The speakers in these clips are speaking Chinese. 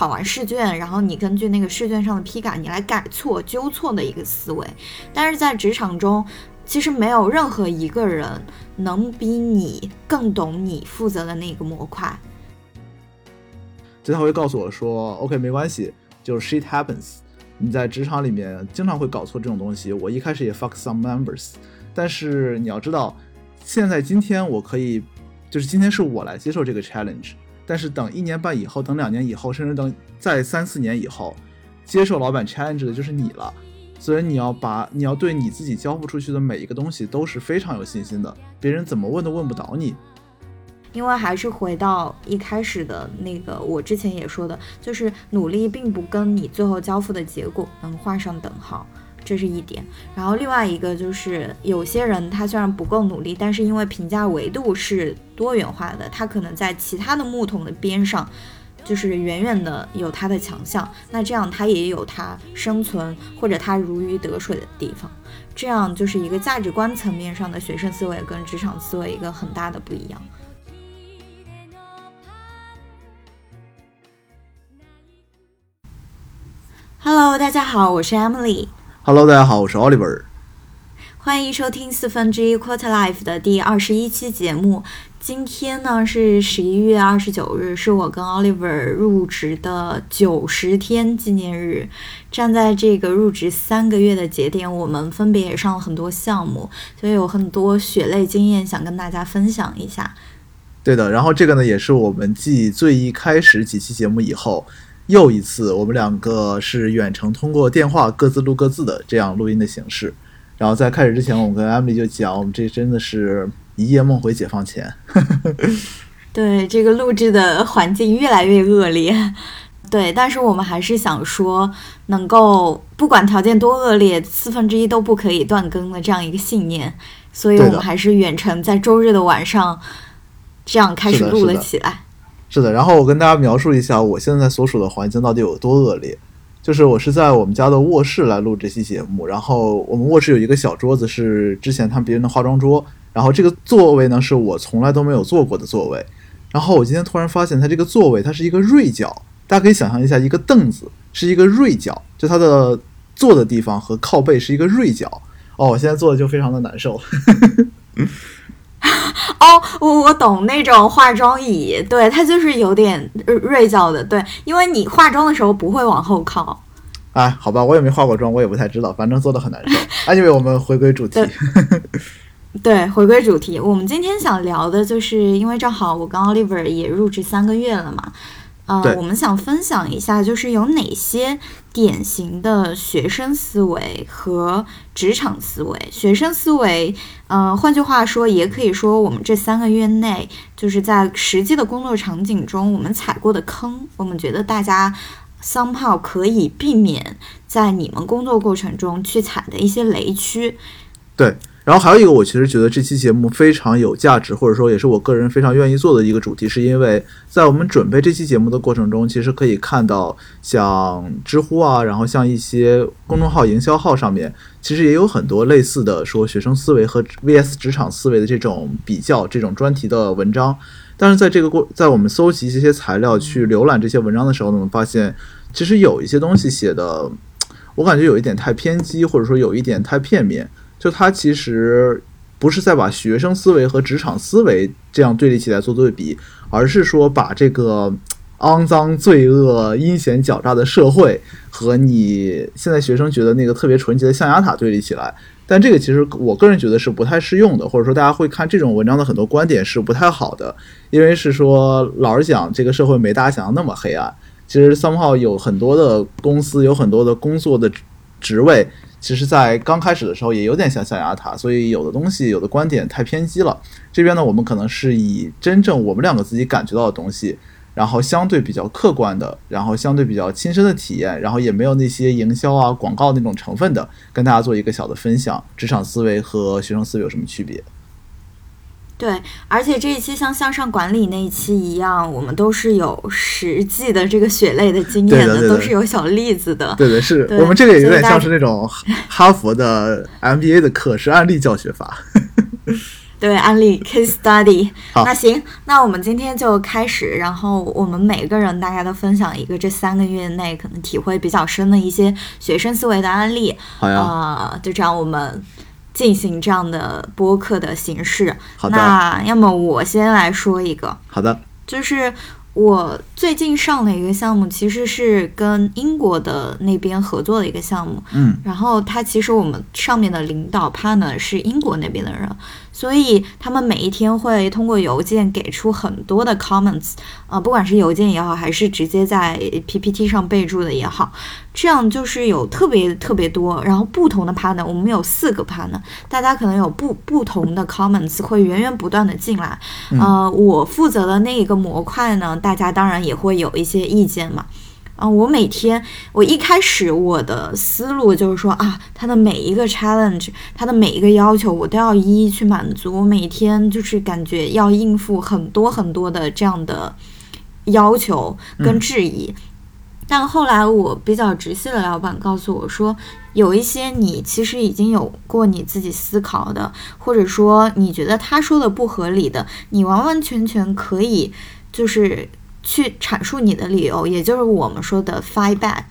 考完试卷，然后你根据那个试卷上的批改你来改错纠错的一个思维。但是在职场中其实没有任何一个人能比你更懂你负责的那个模块。 就他会告诉我说 OK 没关系，就是 shit happens， 你在职场里面经常会搞错这种东西，我一开始也 fuck some members， 但是你要知道现在今天我可以，就是今天是我来接受这个 challenge， 但是等1年半以后，等2年以后，甚至等再3、4年以后，接受老板 challenge 的就是你了。所以你要对你自己交付出去的每一个东西都是非常有信心的，别人怎么问都问不倒你。 因为还是回到一开始的那个，我之前也说的，就是努力并不跟你最后交付的结果能画上等号，这是一点。然后另外一个就是有些人他虽然不够努力，但是因为评价维度是多元化的，他可能在其他的木桶的边上就是远远的有他的强项，那这样他也有他生存或者他如鱼得水的地方。这样就是一个价值观层面上的学生思维跟职场思维一个很大的不一样。Hello， 大家好，我是 Emily。Hello， 大家好，我是 Oliver。 欢迎收听1/4 Quarter Life 的第21期节目。今天呢是11月29日，是我跟 Oliver 入职的90天纪念日。站在这个入职3个月的节点，我们分别也上了很多项目，所以有很多血泪经验想跟大家分享一下。 对的，然后这个呢也是我们继最一开始几期节目以后又一次我们2个是远程通过电话各自录各自的这样录音的形式。然后在开始之前，我们跟 Emily 就讲，我们这真的是一夜梦回解放前。 对，这个录制的环境越来越恶劣。对，但是我们还是想说，能够不管条件多恶劣，1/4都不可以断更的这样一个信念，所以我们还是远程在周日的晚上这样开始录了起来。 是的，然后我跟大家描述一下我现在所处的环境到底有多恶劣。就是我是在我们家的卧室来录这期节目，然后我们卧室有一个小桌子是之前他们别人的化妆桌，然后这个座位呢是我从来都没有坐过的座位，然后我今天突然发现它这个座位它是一个锐角，大家可以想象一下，一个凳子是一个锐角，就它的坐的地方和靠背是一个锐角。我现在坐的就非常的难受。 我懂那种化妆椅，对，它就是有点锐角的，对，因为你化妆的时候不会往后靠。 好吧，我也没化过妆，我也不太知道，反正做的很难受。Anyway， 我们回归主题。 对，回归主题，我们今天想聊的就是，因为正好我跟 Oliver 也入职3个月了嘛，我们想分享一下，就是有哪些典型的学生思维和职场思维。学生思维，换句话说，也可以说我们这3个月内，就是在实际的工作场景中，我们踩过的坑，我们觉得大家 somehow 可以避免在你们工作过程中去踩的一些雷区。 对。然后还有一个我其实觉得这期节目非常有价值，或者说也是我个人非常愿意做的一个主题，是因为在我们准备这期节目的过程中，其实可以看到像知乎啊，然后像一些公众号营销号上面其实也有很多类似的说学生思维和 VS 职场思维的这种比较，这种专题的文章。但是在我们搜集这些材料去浏览这些文章的时候呢，我们发现其实有一些东西写的我感觉有一点太偏激，或者说有一点太片面，就它其实不是在把学生思维和职场思维这样对立起来做对比，而是说把这个肮脏罪恶阴险狡诈的社会和你现在学生觉得那个特别纯洁的象牙塔对立起来。但这个其实我个人觉得是不太适用的，或者说大家会看这种文章的很多观点是不太好的，因为是说老实讲这个社会没大家想的那么黑暗，其实 somehow 有很多的公司有很多的工作的职位其实在刚开始的时候也有点像象牙塔，所以有的东西有的观点太偏激了。这边呢我们可能是以真正我们2个自己感觉到的东西，然后相对比较客观的，然后相对比较亲身的体验，然后也没有那些营销啊广告那种成分的，跟大家做一个小的分享，职场思维和学生思维有什么区别。 对，而且这一期像向上管理那一期一样，我们都是有实际的这个血泪的经验的， 对， 都是有小例子的。 对，是我们这个也有点像是那种哈佛的 MBA 的课，是案例教学法。 对，案例 case study。 好， 那行，那我们今天就开始，然后我们每个人大概都分享一个这3个月内可能体会比较深的一些学生思维的案例。 好呀， 就这样我们进行这样的播客的形式。 好的， 那要么我先来说一个。 好的， 就是我最近上了一个项目，其实是跟英国的那边合作的一个项目。然后它其实我们上面的领导 partner 是英国那边的人，所以他们每一天会通过邮件给出很多的 comments，不管是邮件也好，还是直接在 PPT 上备注的也好，这样就是有特别特别多，然后不同的 partner， 我们有4个 partner， 大家可能有不同的 comments 会源源不断的进来。我负责的那一个模块呢，大家当然也会有一些意见嘛。我一开始我的思路就是说他的每一个 challenge， 他的每一个要求我都要一一去满足，我每天就是感觉要应付很多很多的这样的要求跟质疑。但后来我比较直系的老板告诉我说，有一些你其实已经有过你自己思考的，或者说你觉得他说的不合理的，你完完全全可以就是去阐述你的理由，也就是我们说的 fight back。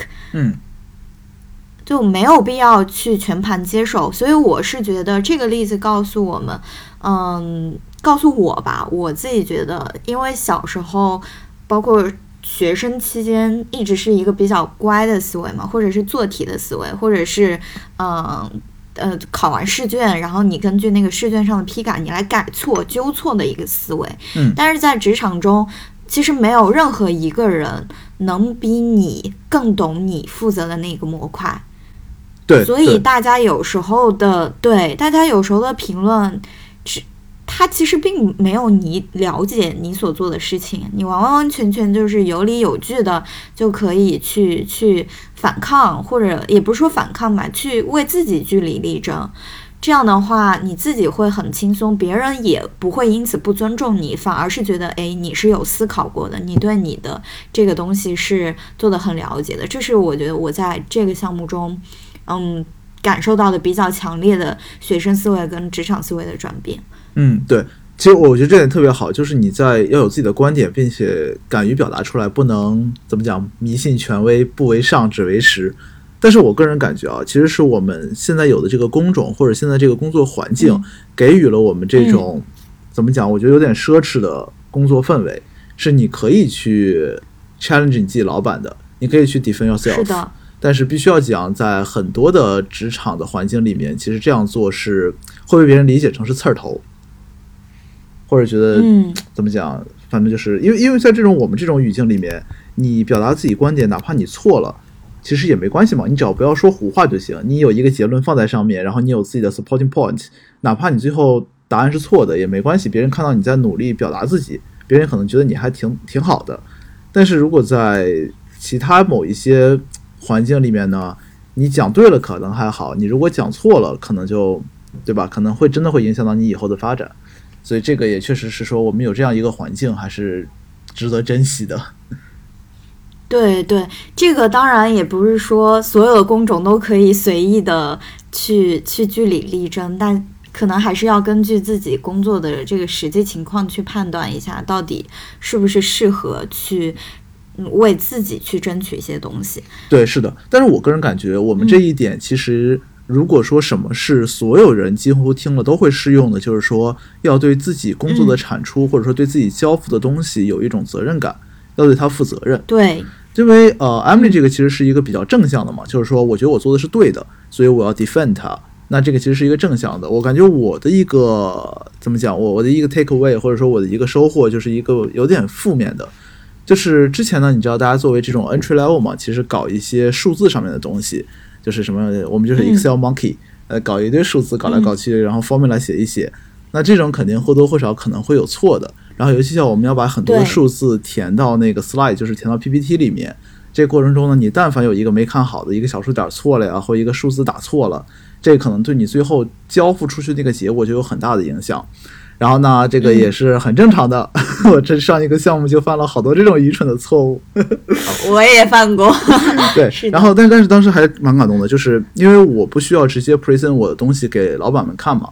就没有必要去全盘接受。所以我是觉得这个例子告诉我们，告诉我吧，我自己觉得，因为小时候包括学生期间一直是一个比较乖的思维嘛，或者是做题的思维，或者是考完试卷，然后你根据那个试卷上的批改，你来改错纠错的一个思维。但是在职场中，其实没有任何一个人能比你更懂你负责的那个模块。 对， 所以大家有时候的评论，他其实并没有你了解你所做的事情，你完完全全就是有理有据的就可以去反抗，或者也不是说反抗吧，去为自己据理力争。这样的话你自己会很轻松，别人也不会因此不尊重你，反而是觉得你是有思考过的，你对你的这个东西是做得很了解的。这是我觉得我在这个项目中感受到的比较强烈的学生思维跟职场思维的转变。 对，其实我觉得这点特别好，就是你要有自己的观点，并且敢于表达出来，不能怎么讲迷信权威，不为上只为实。但是我个人感觉其实是我们现在有的这个工种或者现在这个工作环境，给予了我们这种怎么讲，我觉得有点奢侈的工作氛围，是你可以去 challenge 你自己老板的，你可以去 defend yourself。 是的。 但是必须要讲，在很多的职场的环境里面，其实这样做是会被别人理解成是刺儿头，或者觉得怎么讲，反正就是因为在我们这种语境里面，你表达自己观点，哪怕你错了，其实也没关系嘛，你只要不要说胡话就行。你有一个结论放在上面，然后你有自己的 supporting point， 哪怕你最后答案是错的也没关系，别人看到你在努力表达自己，别人可能觉得你还挺好的。但是如果在其他某一些环境里面呢，你讲对了可能还好，你如果讲错了，可能就对吧？可能会真的会影响到你以后的发展。所以这个也确实是说，我们有这样一个环境，还是值得珍惜的。 对对，这个当然也不是说所有的工种都可以随意的去据理力争，但可能还是要根据自己工作的这个实际情况去判断一下，到底是不是适合去为自己去争取一些东西。 对，是的。但是我个人感觉，我们这一点其实，如果说什么是所有人几乎听了都会适用的，就是说要对自己工作的产出，或者说对自己交付的东西有一种责任感，要对它负责任。 对。 因为Emily 这个其实是一个比较正向的嘛，就是说我觉得我做的是对的，所以我要 defend 它。那这个其实是一个正向的。我感觉我的一个怎么讲，我的一个 take away， 或者说我的一个收获，就是一个有点负面的。就是之前呢，你知道大家作为这种 entry level 嘛，其实搞一些数字上面的东西，就是什么我们就是 Excel monkey，搞一堆数字搞来搞去，然后 formula 写一写。那这种肯定或多或少可能会有错的。然后尤其像我们要把很多的数字填到那个 slide， 就是填到 PPT 里面，这个过程中呢，你但凡有一个没看好的一个小数点错了呀，或一个数字打错了，这可能对你最后交付出去那个结果就有很大的影响。然后呢，这个也是很正常的。我这上一个项目就犯了好多这种愚蠢的错误。 我也犯过。 对，然后但是当时还蛮感动的，就是因为我不需要直接 present 我的东西给老板们看嘛。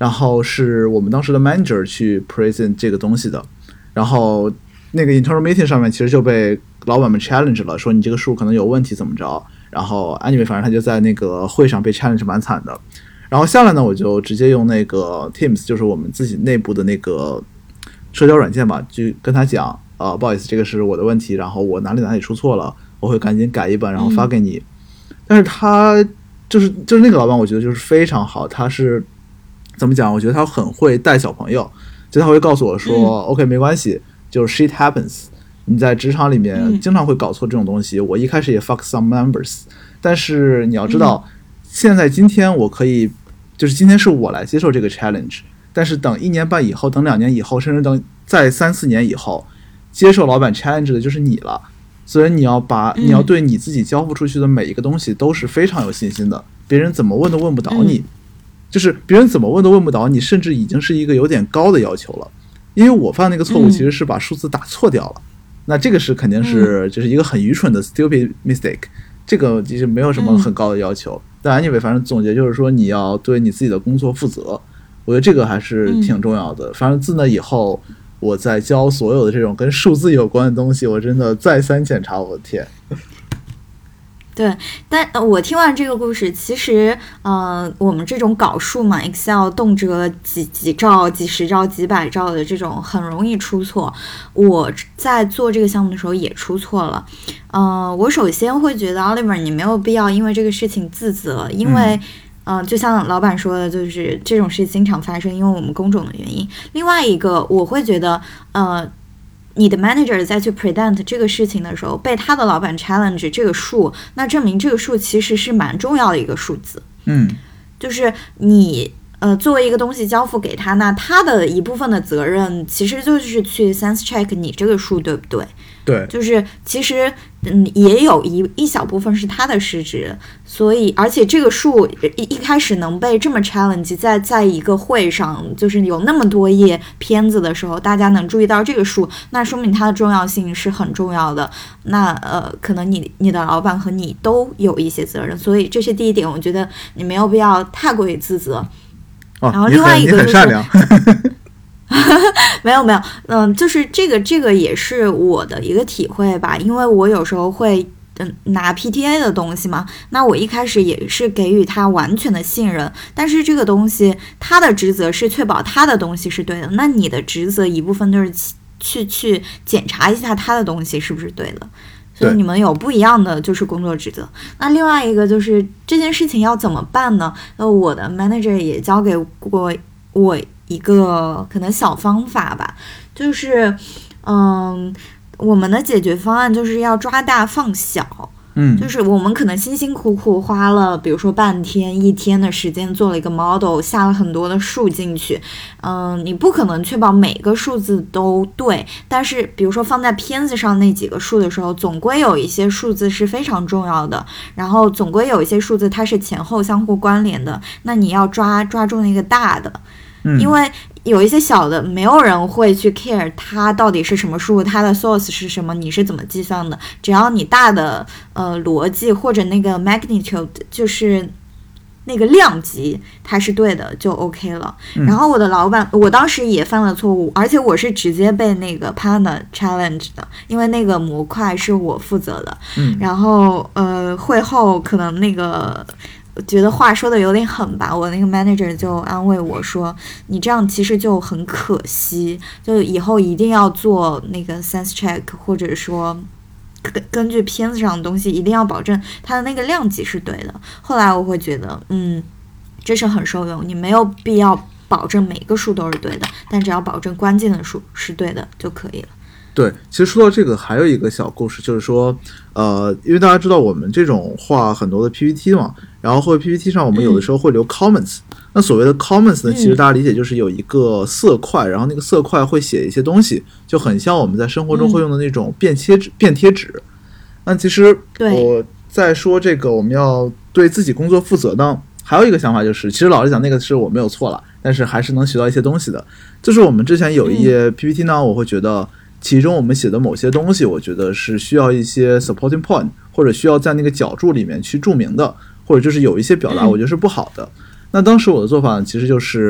然后是我们当时的 manager 去 present 这个东西的，然后那个 internal meeting 上面其实就被老板们 challenge 了，说你这个数可能有问题怎么着，然后 anyway 反正他就在那个会上被 challenge 蛮惨的。然后下来呢，我就直接用那个 Teams， 就是我们自己内部的那个社交软件吧，就跟他讲，不好意思，这个是我的问题，然后我哪里出错了，我会赶紧改一本，然后发给你。但是他就是那个老板，我觉得就是非常好，他是怎么讲？我觉得他很会带小朋友，就他会告诉我说，OK， 没关系，就是 shit happens。你在职场里面经常会搞错这种东西，我一开始也 fuck some numbers， 但是你要知道，现在今天我可以，就是今天是我来接受这个 challenge， 但是等1年半以后，等2年以后，甚至等再3、4年以后，接受老板 challenge 的就是你了。所以你要对你自己交付出去的每一个东西都是非常有信心的，别人怎么问都问不倒你，就是别人怎么问都问不倒你，甚至已经是一个有点高的要求了。因为我犯那个错误其实是把数字打错掉了，那这个是肯定是就是一个很愚蠢的 stupid mistake， 这个其实没有什么很高的要求。但 anyway 反正总结就是说你要对你自己的工作负责，我觉得这个还是挺重要的。反正自那以后我在教所有的这种跟数字有关的东西，我真的再三检查，我的天。 对，但我听完这个故事，其实我们这种搞数嘛 ，Excel 动辄几兆、几十兆、几百兆的这种，很容易出错。我在做这个项目的时候也出错了。我首先会觉得 Oliver， 你没有必要因为这个事情自责，因为就像老板说的，就是这种事经常发生，因为我们工种的原因。另外一个，我会觉得你的 manager 在去 present 这个事情的时候，被他的老板 challenge 这个数，那证明这个数其实是蛮重要的一个数字。就是你作为一个东西交付给他，那他的一部分的责任其实就是去 sense check 你这个数对不对？ 对， 就是其实也有一小部分是他的失职，所以而且这个数一开始能被这么 challenge， 在一个会上，就是有那么多页片子的时候，大家能注意到这个数，那说明它的重要性是很重要的。那可能你的老板和你都有一些责任，所以这是第一点，我觉得你没有必要太过于自责。然后另外一个就是你很善良。 没有，就是这个也是我的一个体会吧，因为我有时候会拿 PTA 的东西嘛，那我一开始也是给予他完全的信任，但是这个东西他的职责是确保他的东西是对的，那你的职责一部分就是去检查一下他的东西是不是对的，所以你们有不一样的就是工作职责。那另外一个就是这件事情要怎么办呢？我的 manager 也教给过我一个可能小方法吧，就是我们的解决方案就是要抓大放小。就是我们可能辛辛苦苦花了比如说半天1天的时间做了一个 model， 下了很多的数进去，你不可能确保每个数字都对，但是比如说放在片子上那几个数的时候，总归有一些数字是非常重要的，然后总归有一些数字它是前后相互关联的，那你要抓住那个大的，因为有一些小的没有人会去 care 它到底是什么数，它的 source 是什么，你是怎么计算的，只要你大的逻辑或者那个 magnitude 就是那个量级它是对的就 OK 了。然后我的老板，我当时也犯了错误，而且我是直接被那个 partner challenge 的，因为那个模块是我负责的。然后会后可能那个我觉得话说的有点狠吧，我那个 manager 就安慰我说，你这样其实就很可惜，就以后一定要做那个 sense check， 或者说根据片子上的东西一定要保证它的那个量级是对的。后来我会觉得这是很受用，你没有必要保证每个数都是对的，但只要保证关键的数是对的就可以了。 对，其实说到这个还有一个小故事，就是说因为大家知道我们这种画很多的 PPT 嘛，然后或者 PPT 上我们有的时候会留 comments，那所谓的 comments 呢，其实大家理解就是有一个色块，然后那个色块会写一些东西，就很像我们在生活中会用的那种便贴纸。那其实我在说这个我们要对自己工作负责呢，还有一个想法就是，其实老实讲那个是我没有错了，但是还是能学到一些东西的。就是我们之前有一页 PPT 呢，我会觉得其中我们写的某些东西，我觉得是需要一些 supporting point， 或者需要在那个脚注里面去注明的，或者就是有一些表达我觉得是不好的。那当时我的做法其实就是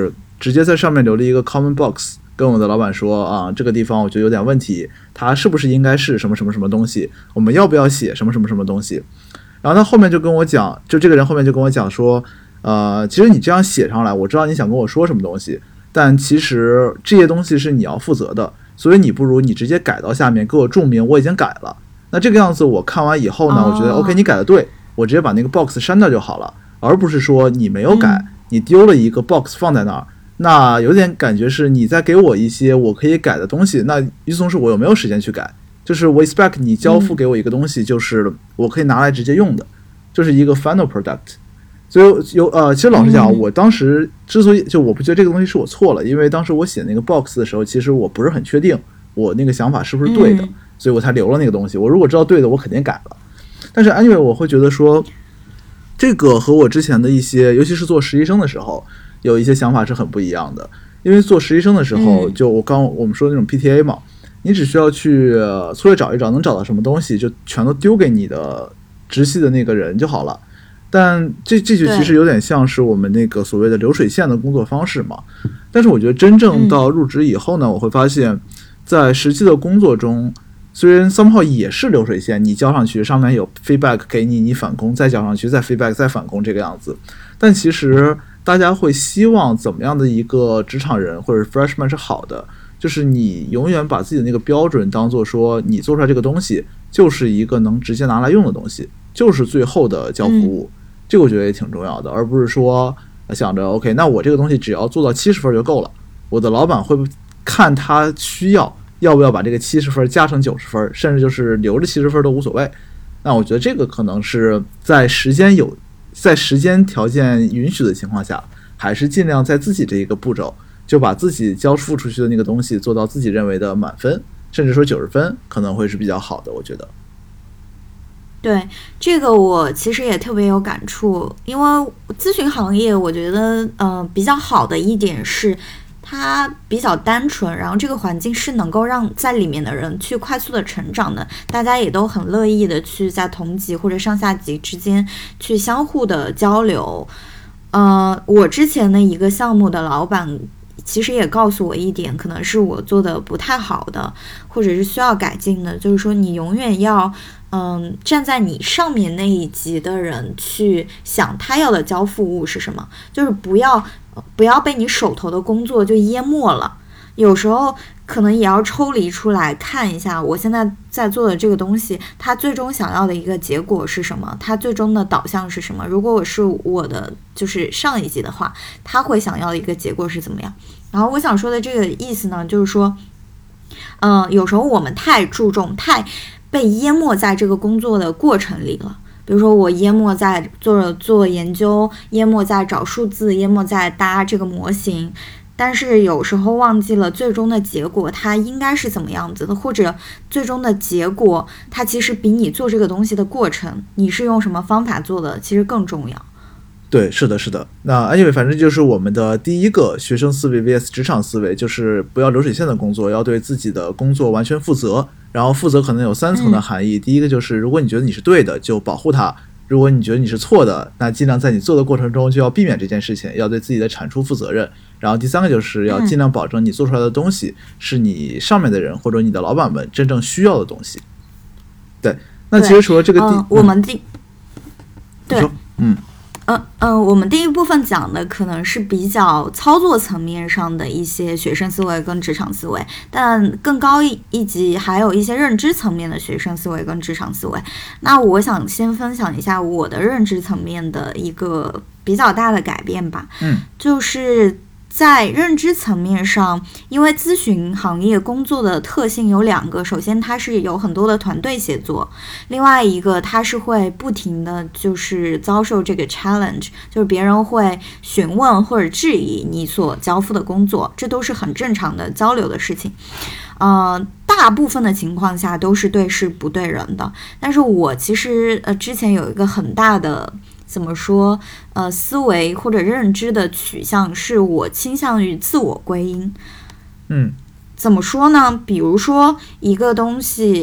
直接在上面留了一个 comment box， 跟我的老板说啊，这个地方我觉得有点问题，它是不是应该是什么什么什么东西，我们要不要写什么什么什么东西。然后他后面就跟我讲，就这个人后面就跟我讲说，其实你这样写上来，我知道你想跟我说什么东西，但其实这些东西是你要负责的，所以你不如你直接改到下面给我注明我已经改了。那这个样子我看完以后呢，我觉得 OK 你改的对，我直接把那个 box 删掉就好了，而不是说你没有改，你丢了一个 box 放在那儿，那有点感觉是你在给我一些我可以改的东西，那与此同时我有没有时间去改？就是我 expect 你交付给我一个东西，就是我可以拿来直接用的，就是一个 final product。所以其实老实讲，我当时之所以就我不觉得这个东西是我错了，因为当时我写那个 box 的时候，其实我不是很确定我那个想法是不是对的，所以我才留了那个东西。我如果知道对的，我肯定改了。但是 anyway 我会觉得说，这个和我之前的一些，尤其是做实习生的时候，有一些想法是很不一样的。因为做实习生的时候，就我们说的那种 PTA 嘛，你只需要去粗略找一找，能找到什么东西就全都丢给你的直系的那个人就好了。但这就其实有点像是我们那个所谓的流水线的工作方式嘛。但是我觉得真正到入职以后呢，我会发现，在实际的工作中，虽然 somehow 也是流水线，你交上去，上面有 feedback 给你，你返工，再交上去，再 feedback 再返工这个样子。但其实大家会希望怎么样的一个职场人或者 freshman 是好的，就是你永远把自己的那个标准当做说，你做出来这个东西就是一个能直接拿来用的东西，就是最后的交付物。这个我觉得也挺重要的，而不是说想着 OK 那我这个东西只要做到70分就够了，我的老板会不会看他需要不要把这个70分加成90分，甚至就是留着70分都无所谓。那我觉得这个可能是在时间条件允许的情况下，还是尽量在自己这一个步骤就把自己交付出去的那个东西做到自己认为的满分，甚至说90分可能会是比较好的，我觉得。 对，这个我其实也特别有感触，因为咨询行业我觉得比较好的一点是它比较单纯，然后这个环境是能够让在里面的人去快速的成长的，大家也都很乐意的去在同级或者上下级之间去相互的交流。我之前的一个项目的老板其实也告诉我一点，可能是我做的不太好的，或者是需要改进的，就是说你永远要站在你上面那一级的人去想他要的交付物是什么，就是不要被你手头的工作就淹没了。有时候可能也要抽离出来看一下，我现在在做的这个东西，它最终想要的一个结果是什么，它最终的导向是什么。如果我是我的就是上一级的话，他会想要的一个结果是怎么样。然后我想说的这个意思呢，就是说有时候我们太被淹没在这个工作的过程里了，比如说我淹没在做研究，淹没在找数字，淹没在搭这个模型，但是有时候忘记了最终的结果它应该是怎么样子的，或者最终的结果它其实比你做这个东西的过程，你是用什么方法做的，其实更重要。 对，是的，是的。那 anyway 反正就是我们的第一个学生思维 vs 职场思维，就是不要流水线的工作，要对自己的工作完全负责。然后负责可能有3层的含义，第一个就是如果你觉得你是对的就保护它，如果你觉得你是错的，那尽量在你做的过程中就要避免这件事情，要对自己的产出负责任。然后第3个就是要尽量保证你做出来的东西是你上面的人或者你的老板们真正需要的东西。对，那其实除了这个我们我们第一部分讲的可能是比较操作层面上的一些学生思维跟职场思维，但更高一级还有一些认知层面的学生思维跟职场思维。那我想先分享一下我的认知层面的一个比较大的改变吧。就是在认知层面上，因为咨询行业工作的特性有2个，首先它是有很多的团队协作，另外一个它是会不停的就是遭受这个 challenge， 就是别人会询问或者质疑你所交付的工作，这都是很正常的交流的事情。大部分的情况下都是对事不对人的，但是我其实之前有一个很大的怎么说思维或者认知的取向，是我倾向于自我归因。怎么说呢？比如说一个东西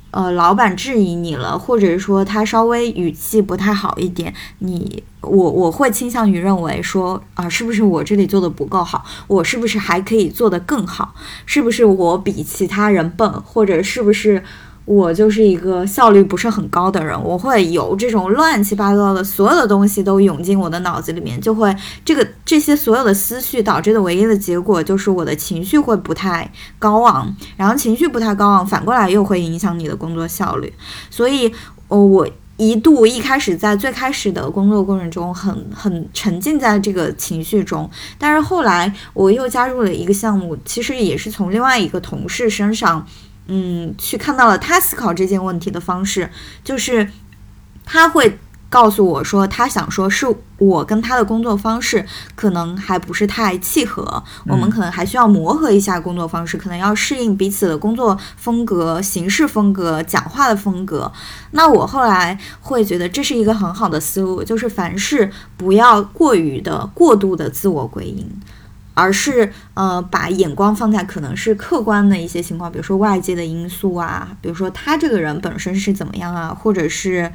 老板质疑你了，或者说他稍微语气不太好一点，我会倾向于认为说是不是我这里做的不够好，我是不是还可以做得更好，是不是我比其他人笨，或者是不是我就是一个效率不是很高的人，我会有这种乱七八糟的所有的东西都涌进我的脑子里面，就会这些所有的思绪导致的唯一的结果就是我的情绪会不太高昂，然后情绪不太高昂，反过来又会影响你的工作效率。所以我一开始在最开始的工作过程中很沉浸在这个情绪中，但是后来我又加入了一个项目，其实也是从另外一个同事身上去看到了他思考这件问题的方式，就是他会告诉我说，他想说是我跟他的工作方式可能还不是太契合，我们可能还需要磨合一下工作方式，可能要适应彼此的工作风格、行事风格、讲话的风格。那我后来会觉得这是一个很好的思路，就是凡事不要过度的自我归因，而是把眼光放在可能是客观的一些情况，比如说外界的因素啊，比如说他这个人本身是怎么样啊，或者是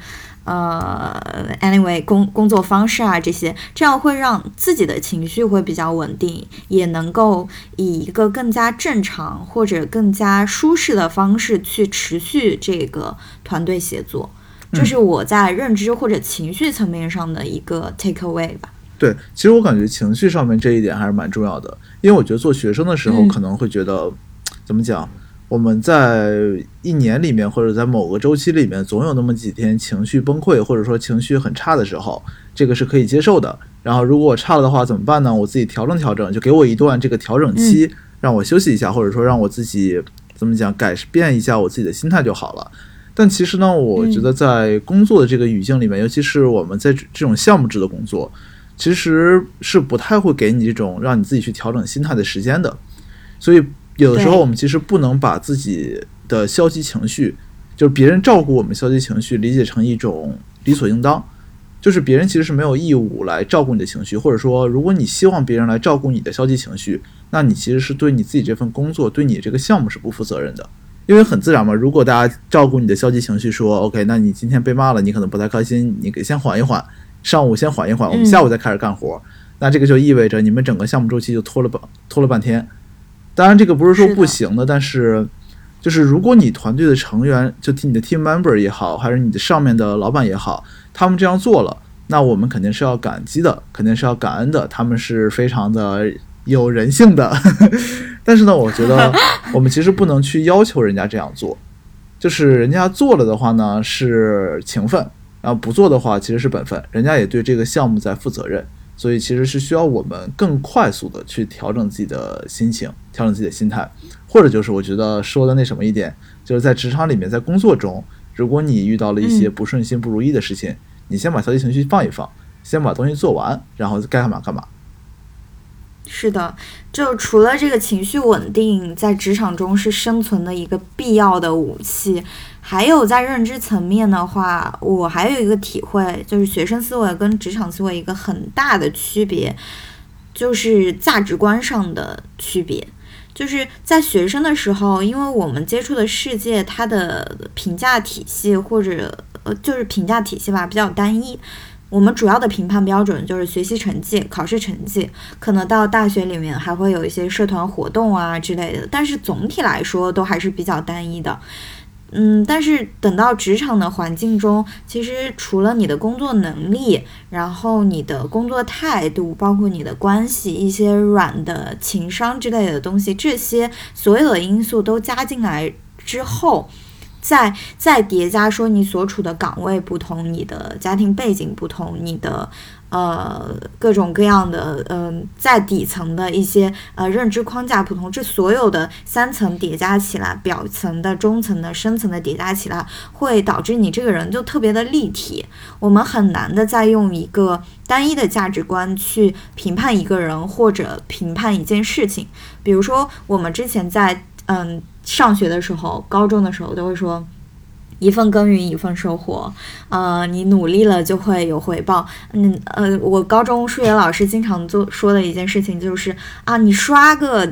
anyway 工作方式啊，这样会让自己的情绪会比较稳定，也能够以一个更加正常或者更加舒适的方式去持续这个团队协作。这是我在认知或者情绪层面上的一个 take away 吧。 对，其实我感觉情绪上面这一点还是蛮重要的，因为我觉得做学生的时候可能会觉得，怎么讲，我们在一年里面或者在某个周期里面总有那么几天情绪崩溃或者说情绪很差的时候，这个是可以接受的。然后如果我差了的话怎么办呢？我自己调整，就给我一段这个调整期，让我休息一下，或者说让我自己怎么讲改变一下我自己的心态就好了。但其实呢，我觉得在工作的这个语境里面，尤其是我们在这种项目制的工作，其实是不太会给你这种让你自己去调整心态的时间的。所以有的时候我们其实不能把自己的消极情绪，就是别人照顾我们消极情绪理解成一种理所应当，就是别人其实是没有义务来照顾你的情绪，或者说如果你希望别人来照顾你的消极情绪，那你其实是对你自己这份工作对你这个项目是不负责任的。因为很自然嘛，如果大家照顾你的消极情绪，说 OK 那你今天被骂了，你可能不太开心，你先缓一缓，上午先缓一缓，我们下午再开始干活，那这个就意味着你们整个项目周期就拖了半天。当然这个不是说不行的，但是就是如果你团队的成员，就你的 team member 也好，还是你的上面的老板也好，他们这样做了，那我们肯定是要感激的，肯定是要感恩的，他们是非常的有人性的但是呢，我觉得我们其实不能去要求人家这样做，就是人家做了的话呢是情分，然后不做的话其实是本分，人家也对这个项目在负责任，所以其实是需要我们更快速的去调整自己的心情，调整自己的心态。或者就是我觉得说的那什么一点，就是在职场里面，在工作中，如果你遇到了一些不顺心不如意的事情，你先把消极情绪放一放，先把东西做完，然后该干嘛干嘛。 是的，就除了这个情绪稳定在职场中是生存的一个必要的武器，还有在认知层面的话，我还有一个体会，就是学生思维跟职场思维一个很大的区别，就是价值观上的区别。就是在学生的时候，因为我们接触的世界它的评价体系或者就是评价体系吧比较单一，我们主要的评判标准就是学习成绩、考试成绩，可能到大学里面还会有一些社团活动啊之类的，但是总体来说都还是比较单一的。但是等到职场的环境中，其实除了你的工作能力，然后你的工作态度，包括你的关系，一些软的情商之类的东西，这些所有的因素都加进来之后，再叠加说你所处的岗位不同，你的家庭背景不同，你的各种各样的在底层的一些认知框架不同，这所有的三层叠加起来，表层的、中层的、深层的叠加起来，会导致你这个人就特别的立体。我们很难的再用一个单一的价值观去评判一个人或者评判一件事情。比如说我们之前在上学的时候，高中的时候都会说一份耕耘一份收获，你努力了就会有回报。我高中数学老师经常说的一件事情就是你刷个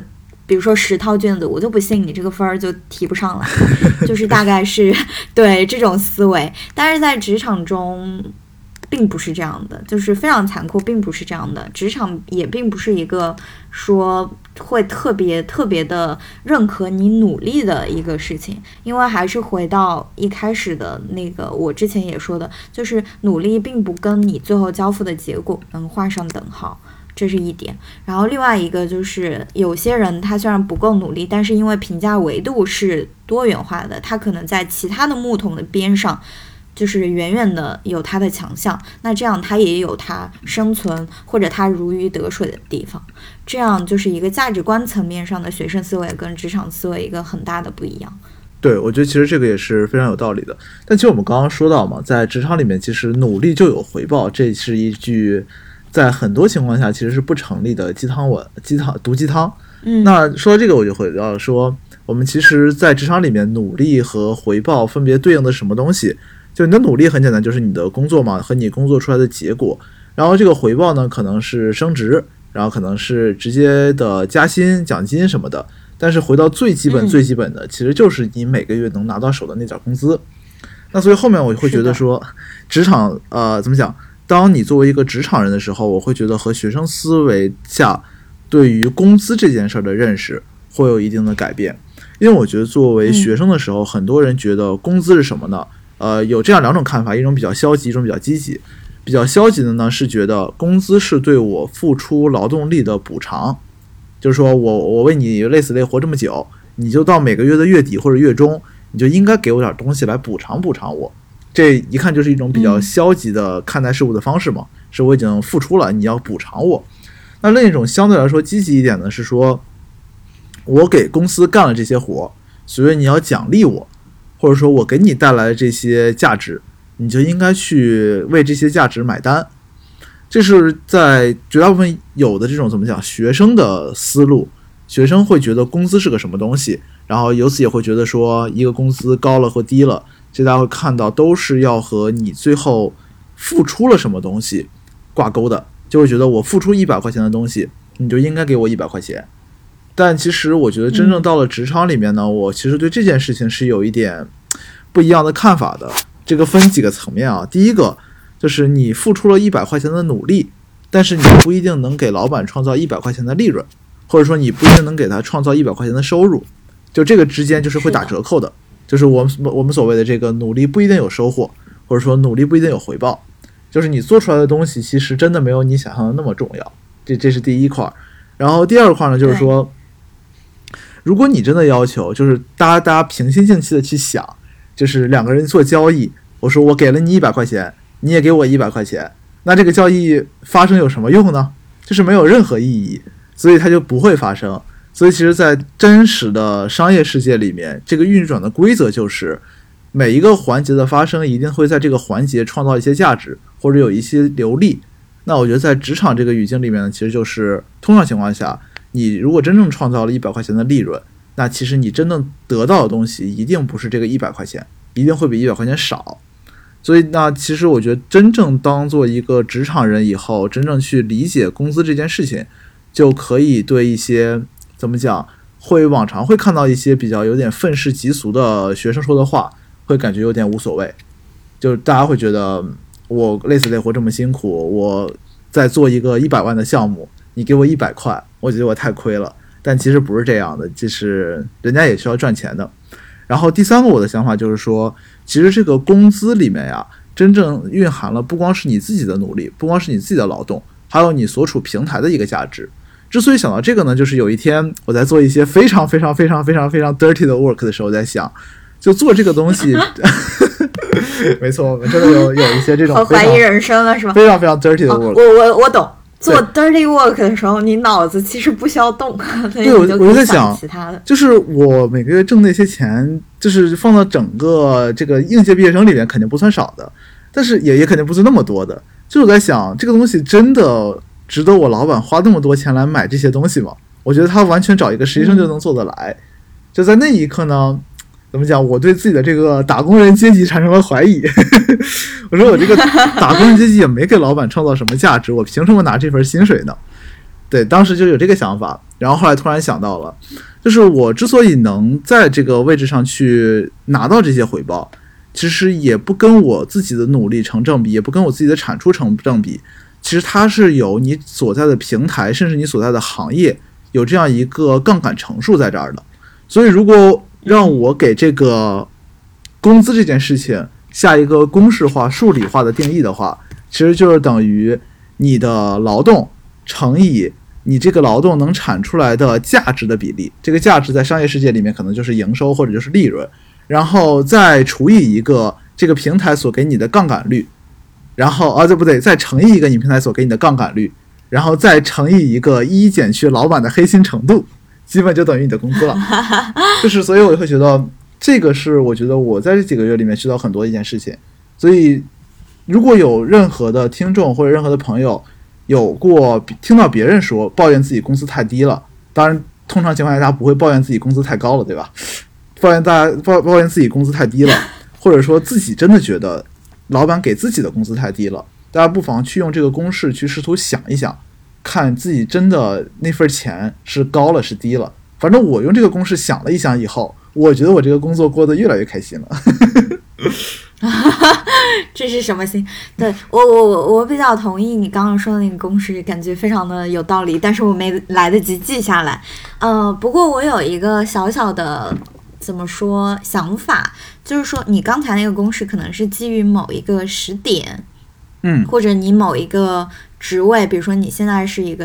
比如说10套卷子，我就不信你这个分儿就提不上来，就是大概是对这种思维。但是在职场中并不是这样的，就是非常残酷，并不是这样的。职场也并不是一个说会特别的认可你努力的一个事情，因为还是回到一开始的那个我之前也说的，就是努力并不跟你最后交付的结果能画上等号。这是一点，然后另外一个就是有些人他虽然不够努力，但是因为评价维度是多元化的，他可能在其他的木桶的边上就是远远的有他的强项，那这样他也有他生存或者他如鱼得水的地方，这样就是一个价值观层面上的学生思维跟职场思维一个很大的不一样。 对，我觉得其实这个也是非常有道理的。但其实我们刚刚说到嘛，在职场里面其实努力就有回报，这是一句在很多情况下其实是不成立的毒鸡汤。那说到这个我就回到说，我们其实在职场里面努力和回报分别对应的什么东西，就你的努力很简单，就是你的工作嘛，和你工作出来的结果，然后这个回报呢可能是升职，然后可能是直接的加薪奖金什么的，但是回到最基本的其实就是你每个月能拿到手的那点工资。那所以后面我会觉得说职场怎么讲，当你作为一个职场人的时候，我会觉得和学生思维下对于工资这件事的认识会有一定的改变。因为我觉得作为学生的时候，很多人觉得工资是什么呢？有这样两种看法，一种比较消极，一种比较积极。比较消极的呢是觉得工资是对我付出劳动力的补偿，就是说我为你累死累活这么久，你就到每个月的月底或者月中，你就应该给我点东西来补偿我。这一看就是一种比较消极的看待事物的方式嘛，是我已经付出了，你要补偿我。那另一种相对来说积极一点的是说，我给公司干了这些活，所以你要奖励我，或者说我给你带来的这些价值，你就应该去为这些价值买单。这是在绝大部分有的这种怎么讲学生的思路，学生会觉得工资是个什么东西，然后由此也会觉得说一个工资高了或低了，这大家会看到都是要和你最后付出了什么东西挂钩的，就会觉得我付出100块钱的东西，你就应该给我100块钱。但其实我觉得真正到了职场里面呢，我其实对这件事情是有一点不一样的看法的。这个分几个层面啊，第一个就是你付出了100块钱的努力，但是你不一定能给老板创造100块钱的利润，或者说你不一定能给他创造100块钱的收入，就这个之间就是会打折扣的，就是我们所谓的这个努力不一定有收获，或者说努力不一定有回报，就是你做出来的东西其实真的没有你想象的那么重要，这是第一块。然后第二块呢，就是说如果你真的要求就是大家平心静气的去想，就是两个人做交易，我说我给了你100块钱，你也给我100块钱，那这个交易发生有什么用呢？就是没有任何意义，所以它就不会发生。所以其实在真实的商业世界里面，这个运转的规则就是每一个环节的发生一定会在这个环节创造一些价值，或者有一些流利。那我觉得在职场这个语境里面呢，其实就是通常情况下，你如果真正创造了100块钱的利润，那其实你真正得到的东西一定不是这个100块钱，一定会比100块钱少。所以那其实我觉得真正当做一个职场人以后，真正去理解工资这件事情，就可以对一些怎么讲，往常会看到一些比较有点愤世嫉俗的学生说的话，会感觉有点无所谓，就是大家会觉得我累死累活这么辛苦，我在做一个100万的项目，你给我100块，我觉得我太亏了。但其实不是这样的，就是人家也需要赚钱的。然后第三个我的想法就是说，其实这个工资里面呀，真正蕴含了不光是你自己的努力，不光是你自己的劳动，还有你所处平台的一个价值。之所以想到这个呢，就是有一天我在做一些非常 dirty 的 work 的时候，在想就做这个东西没错，我们真的有一些这种好怀疑人生了是吧？ 非常 dirty 的 work。 我懂，做 dirty work 的时候，你脑子其实不需要动， 对，我就在想其他的， 就是我每个月挣那些钱，就是放到整个这个应届毕业生里面肯定不算少的，但是也肯定不是那么多的。就我在想，这个东西真的值得我老板花那么多钱来买这些东西吗？我觉得他完全找一个实习生就能做得来。就在那一刻呢，怎么讲，我对自己的这个打工人阶级产生了怀疑我说我这个打工人阶级也没给老板创造什么价值，我凭什么拿这份薪水呢？对，当时就有这个想法。 然后后来突然想到了，就是我之所以能在这个位置上去拿到这些回报，其实也不跟我自己的努力成正比，也不跟我自己的产出成正比，其实它是有你所在的平台，甚至你所在的行业有这样一个杠杆乘数在这儿的。所以如果让我给这个工资这件事情下一个公式化、数理化的定义的话，其实就是等于你的劳动乘以你这个劳动能产出来的价值的比例，这个价值在商业世界里面可能就是营收或者就是利润，然后再除以一个这个平台所给你的杠杆率，然后这不对，再乘以一个你平台所给你的杠杆率，然后再乘以一个减去老板的黑心程度，基本就等于你的工资了。就是所以我会觉得这个是我觉得我在这几个月里面学到很多一件事情。所以如果有任何的听众或者任何的朋友有过听到别人说抱怨自己工资太低了，当然通常情况下大家不会抱怨自己工资太高了，对吧？抱怨自己工资太低了，或者说自己真的觉得老板给自己的工资太低了，大家不妨去用这个公式去试图想一想，看自己真的那份钱是高了是低了。反正我用这个公式想了一想以后，我觉得我这个工作过得越来越开心了。 这是什么心？对，我比较同意你刚刚说的那个公式，感觉非常的有道理，但是我没来得及记下来。不过我有一个小小的怎么说想法，就是说你刚才那个公式可能是基于某一个时点，或者你某一个职位，比如说你现在是一个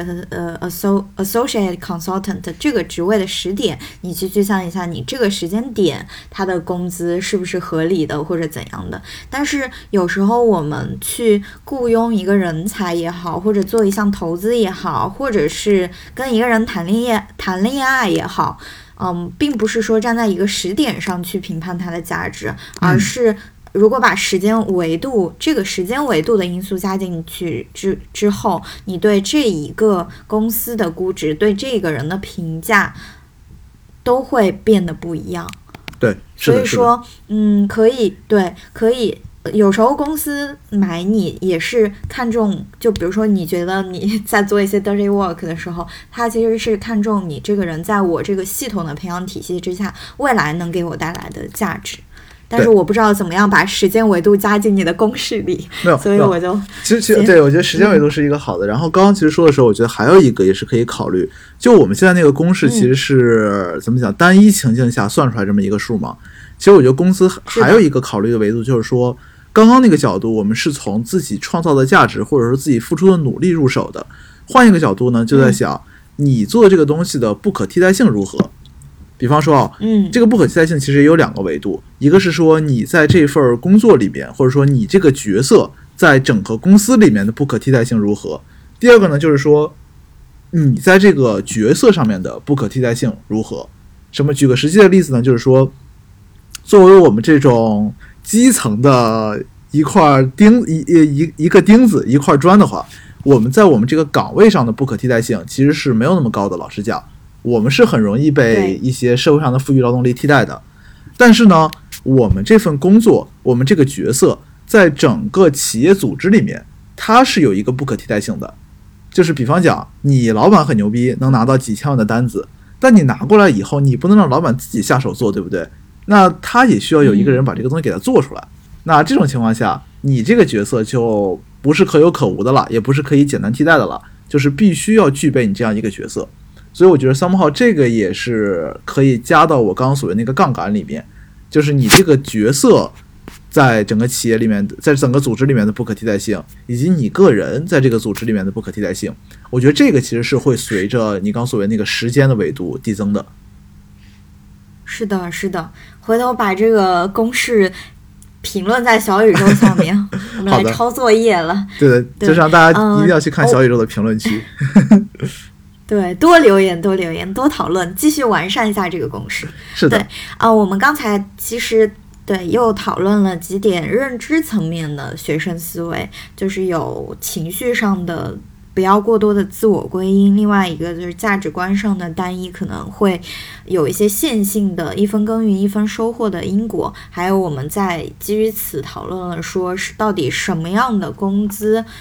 associate consultant 这个职位的时点，你去计算一下你这个时间点它的工资是不是合理的或者怎样的。但是有时候我们去雇佣一个人才也好，或者做一项投资也好，或者是跟一个人谈恋爱也好，并不是说站在一个时点上去评判它的价值，而是如果把这个时间维度的因素加进去之后，你对这一个公司的估值，对这个人的评价都会变得不一样。 对，是的。 所以说，可以。有时候公司买你也是看重，就比如说你觉得你在做一些 dirty work 的时候，他其实是看重你这个人在我这个系统的培养体系之下，未来能给我带来的价值。但是我不知道怎么样把时间维度加进你的公式里，所以我就其实对，我觉得时间维度是一个好的。然后刚刚其实说的时候，我觉得还有一个也是可以考虑，就我们现在那个公式其实是怎么讲，单一情境下算出来这么一个数嘛。其实我觉得公司还有一个考虑的维度，就是说刚刚那个角度我们是从自己创造的价值或者说自己付出的努力入手的，换一个角度呢，就在想你做的这个东西的不可替代性如何。比方说这个不可替代性其实也有两个维度，一个是说你在这份工作里面，或者说你这个角色在整个公司里面的不可替代性如何。第二个呢，就是说你在这个角色上面的不可替代性如何。举个实际的例子呢，就是说作为我们这种基层的一块一个钉子一块砖的话，我们在我们这个岗位上的不可替代性其实是没有那么高的，老实讲我们是很容易被一些社会上的富裕劳动力替代的。但是呢，我们这份工作，我们这个角色在整个企业组织里面它是有一个不可替代性的。就是比方讲你老板很牛逼，能拿到几千万的单子，但你拿过来以后你不能让老板自己下手做，对不对？那他也需要有一个人把这个东西给他做出来。那这种情况下你这个角色就不是可有可无的了，也不是可以简单替代的了，就是必须要具备你这样一个角色。所以我觉得somehow这个也是可以加到我刚刚所谓那个杠杆里面，就是你这个角色在整个企业里面，在整个组织里面的不可替代性，以及你个人在这个组织里面的不可替代性，我觉得这个其实是会随着你刚所谓那个时间的维度递增的。 是的，是的，回头把这个公式评论在小宇宙下面，我们来抄作业了。 对的，就是让大家一定要去看小宇宙的评论区。 对，多留言，多讨论，继续完善一下这个公式。 是的， 对我们刚才其实又讨论了几点认知层面的学生思维，就是有情绪上的不要过多的自我归因，另外一个就是价值观上的单一，可能会有一些线性的一分耕耘一分收获的因果，还有我们在基于此讨论了说是到底什么样的工资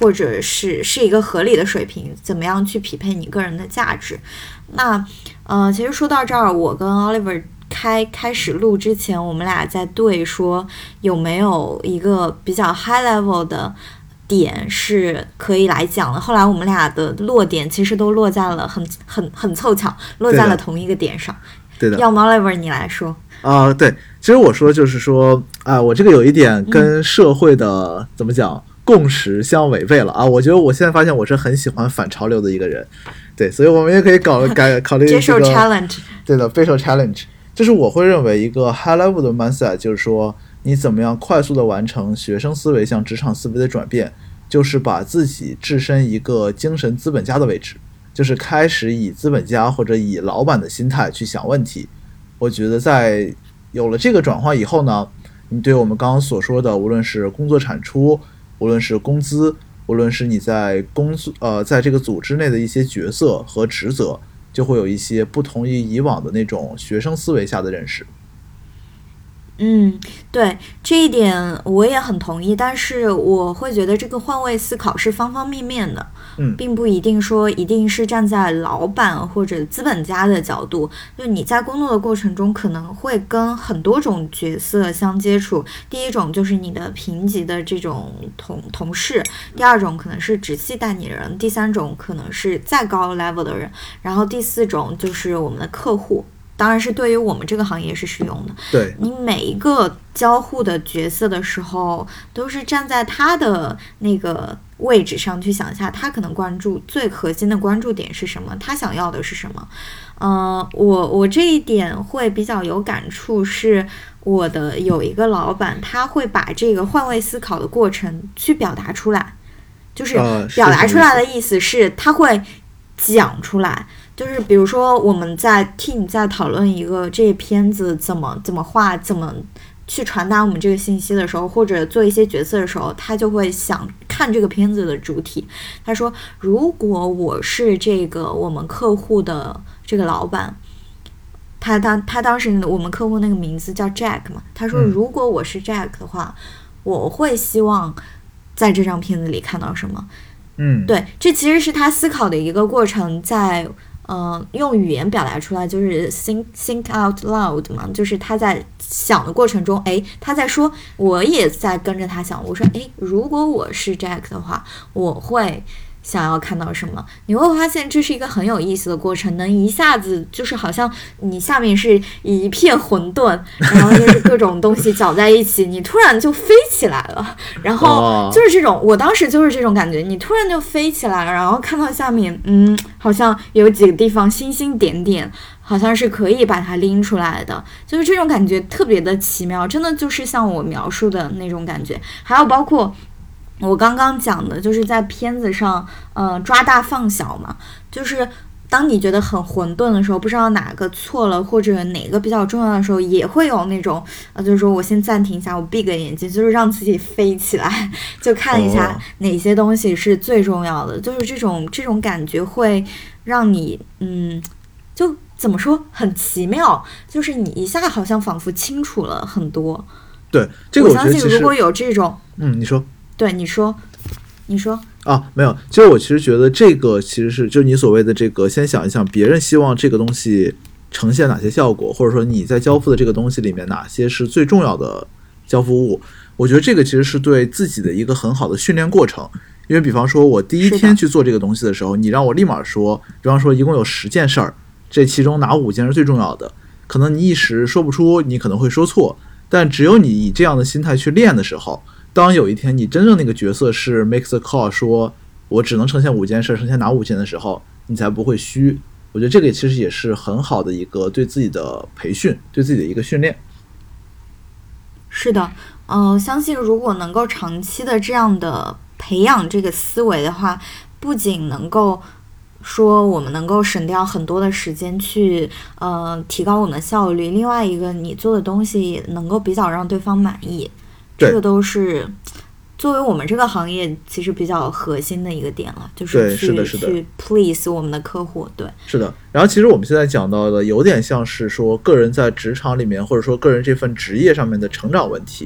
或者是一个合理的水平，怎么样去匹配你个人的价值。那其实说到这儿，我跟 Oliver开始录之前，我们俩在对说有没有一个比较 high level 的点是可以来讲的。后来我们俩的落点其实都落在了很凑巧，落在了同一个点上。 对的， 要么 Oliver 你来说。 对，其实我说就是说，我这个有一点跟社会的、怎么讲共识相违背了啊。我觉得我现在发现我是很喜欢反潮流的一个人，对，所以我们也可以考虑接受 challenge。 对的，备受 challenge。就是我会认为一个 high level 的 mindset， 就是说你怎么样快速的完成学生思维向职场思维的转变，就是把自己置身一个精神资本家的位置，就是开始以资本家或者以老板的心态去想问题。我觉得在有了这个转换以后呢，你对我们刚刚所说的，无论是工作产出，无论是工资，无论是你在在这个组织内的一些角色和职责，就会有一些不同于以往的那种学生思维下的认识。 对，这一点我也很同意，但是我会觉得这个换位思考是方方面面的，并不一定说一定是站在老板或者资本家的角度，就你在工作的过程中可能会跟很多种角色相接触。第一种就是你的平级的这种同事，第二种可能是直系代理人，第三种可能是再高 level 的人，然后第四种就是我们的客户。当然是对于我们这个行业是适用的。 对， 你每一个交互的角色的时候，都是站在他的那个位置上去想一下，他可能最核心的关注点是什么，他想要的是什么。我这一点会比较有感触，是我的有一个老板，他会把这个换位思考的过程去表达出来，就是表达出来的意思是他会讲出来。就是比如说我们在 team 在讨论一个这片子怎么画，怎么去传达我们这个信息的时候，或者做一些决策的时候，他就会想看这个片子的主体。他说如果我是这个我们客户的这个老板，他当时我们客户那个名字叫 Jack 嘛，他说如果我是 Jack 的话，我会希望在这张片子里看到什么。对，这其实是他思考的一个过程，在用语言表达出来，就是 think out loud 嘛，就是他在想的过程中，他在说，我也在跟着他想，我说，如果我是 Jack 的话，我会想要看到什么。你会发现这是一个很有意思的过程，能一下子就是好像你下面是一片混沌，然后就是各种东西搅在一起，你突然就飞起来了，然后就是这种，我当时就是这种感觉，你突然就飞起来了，然后看到下面好像有几个地方星星点点，好像是可以把它拎出来的，就是这种感觉特别的奇妙，真的就是像我描述的那种感觉。还有包括我刚刚讲的，就是在片子上抓大放小嘛，就是当你觉得很混沌的时候，不知道哪个错了或者哪个比较重要的时候，也会有那种就是说我先暂停一下，我闭个眼睛，就是让自己飞起来，就看一下哪些东西是最重要的，就是这种感觉会让你就怎么说很奇妙，就是你一下好像仿佛清楚了很多。 对，这个我相信如果有这种你说。 对，你说没有，其实我觉得这个其实是就你所谓的这个，先想一想别人希望这个东西呈现哪些效果，或者说你在交付的这个东西里面哪些是最重要的交付物。我觉得这个其实是对自己的一个很好的训练过程。因为比方说我第一天去做这个东西的时候，你让我立马说，比方说一共有10件事儿，这其中哪5件是最重要的，可能你一时说不出，你可能会说错，但只有你以这样的心态去练的时候，当有一天你真正那个角色是 make the call 说我只能呈现5件事，呈现哪5件的时候，你才不会虚。我觉得这个其实也是很好的一个对自己的培训，对自己的一个训练。 是的，相信如果能够长期的这样的培养这个思维的话，不仅能够说我们能够省掉很多的时间去提高我们的效率，另外一个你做的东西也能够比较让对方满意，这个都是作为我们这个行业其实比较核心的一个点了，就是去 please 我们的客户。对， 是的。然后其实我们现在讲到的有点像是说个人在职场里面或者说个人这份职业上面的成长问题。